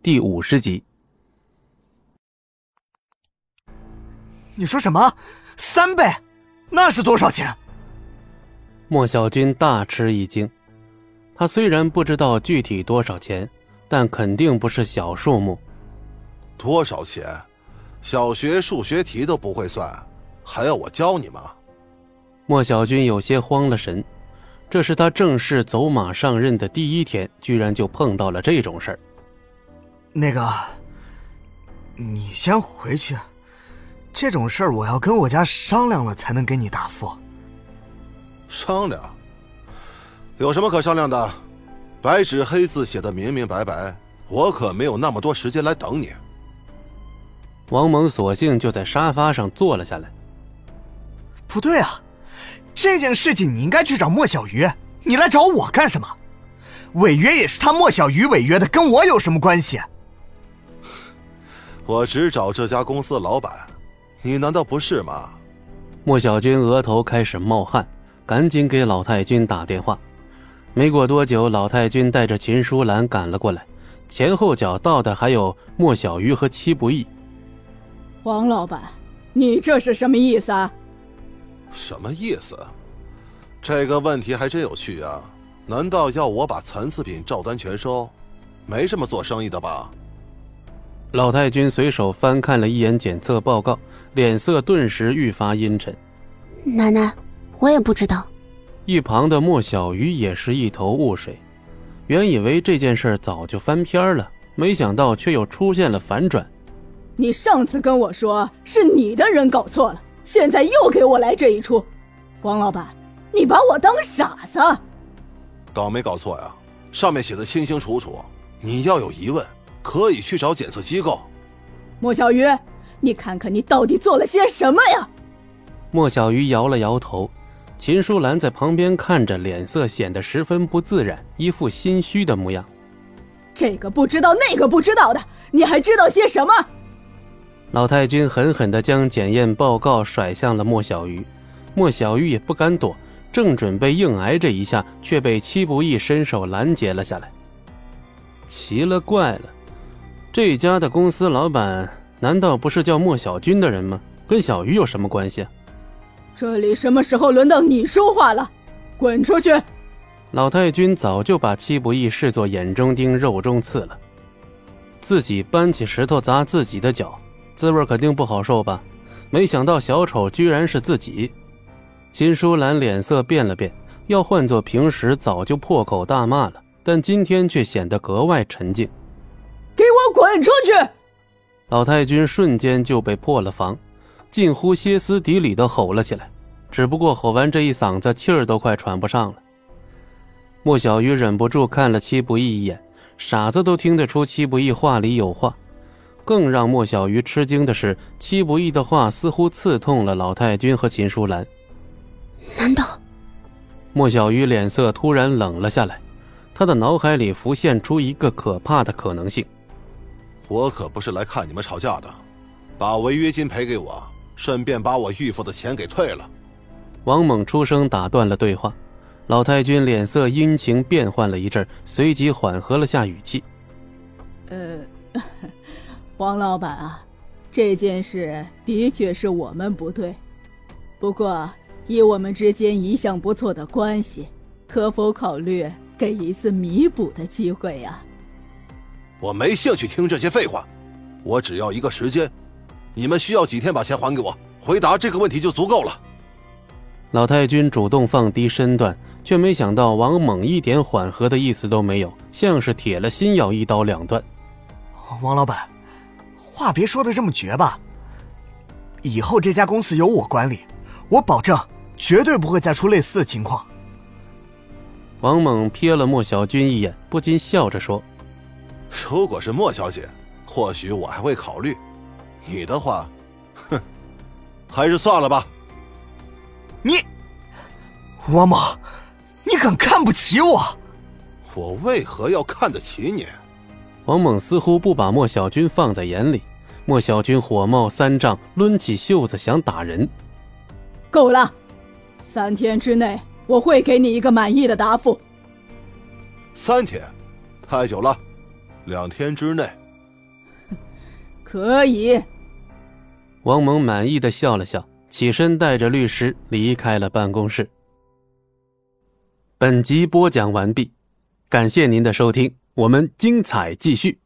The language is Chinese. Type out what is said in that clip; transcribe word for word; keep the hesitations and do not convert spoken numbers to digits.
第五十集。 你说什么？三倍？那是多少钱？ 莫小军大吃一惊，他虽然不知道具体多少钱，但肯定不是小数目。 多少钱？小学数学题都不会算，还要我教你吗？ 莫小军有些慌了神，这是他正式走马上任的第一天，居然就碰到了这种事儿。 那个，你先回去，这种事儿我要跟我家商量了才能给你答复。 商量？有什么可商量的？白纸黑字写的明明白白，我可没有那么多时间来等你。 王蒙索性就在沙发上坐了下来。 不对啊，这件事情你应该去找莫小鱼，你来找我干什么？违约也是他莫小鱼违约的，跟我有什么关系？ 我只找这家公司的老板，你难道不是吗？ 莫小军额头开始冒汗，赶紧给老太君打电话。没过多久，老太君带着秦淑兰赶了过来，前后脚到的还有莫小鱼和戚不义。 王老板，你这是什么意思啊？ 什么意思？这个问题还真有趣啊！难道要我把残次品照单全收？没这么做生意的吧？ 老太君随手翻看了一眼检测报告，脸色顿时愈发阴沉。 奶奶，我也不知道。 一旁的莫小鱼也是一头雾水，原以为这件事早就翻篇了，没想到却又出现了反转。 你上次跟我说是你的人搞错了，现在又给我来这一出。王老板，你把我当傻子？ 搞没搞错呀？上面写的清清楚楚，你要有疑问可以去找检测机构。 莫小鱼，你看看你到底做了些什么呀？ 莫小鱼摇了摇头，秦淑兰在旁边看着，脸色显得十分不自然，一副心虚的模样。 这个不知道那个不知道的，你还知道些什么？ 老太君狠狠地将检验报告甩向了莫小鱼，莫小鱼也不敢躲，正准备硬挨这一下，却被戚不义伸手拦截了下来。奇了怪了，这家的公司老板难道不是叫莫小军的人吗？跟小鱼有什么关系啊？ 这里什么时候轮到你说话了？滚出去！ 老太君早就把戚不义视作眼中钉肉中刺了，自己搬起石头砸自己的脚，滋味肯定不好受吧？没想到小丑居然是自己。秦淑兰脸色变了变，要换作平时早就破口大骂了，但今天却显得格外沉静。 给我滚出去！ 老太君瞬间就被破了防，近乎歇斯底里地吼了起来，只不过吼完这一嗓子，气儿都快喘不上了。莫小鱼忍不住看了戚不义一眼，傻子都听得出戚不义话里有话。更让莫小鱼吃惊的是，戚不义的话似乎刺痛了老太君和秦淑兰。 难道…… 莫小鱼脸色突然冷了下来，他的脑海里浮现出一个可怕的可能性。 我可不是来看你们吵架的，把违约金赔给我，顺便把我预付的钱给退了。 王猛出声打断了对话。老太君脸色阴晴变幻了一阵，随即缓和了下语气。 呃，王老板啊，这件事的确是我们不对，不过以我们之间一向不错的关系，可否考虑给一次弥补的机会呀？ 我没兴趣听这些废话，我只要一个时间，你们需要几天把钱还给我？回答这个问题就足够了。 老太君主动放低身段，却没想到王猛一点缓和的意思都没有，像是铁了心要一刀两断。 王老板，话别说的这么绝吧，以后这家公司由我管理，我保证绝对不会再出类似的情况。 王猛瞥了莫小军一眼，不禁笑着说， 如果是莫小姐，或许我还会考虑，你的话，哼，还是算了吧。 你，王猛，你敢看不起我？ 我为何要看得起你？ 王猛似乎不把莫小军放在眼里，莫小军火冒三丈，抡起袖子想打人。 够了，三天之内我会给你一个满意的答复。 三天太久了，两天之内可以。 王蒙满意的笑了笑，起身带着律师离开了办公室。本集播讲完毕，感谢您的收听，我们精彩继续。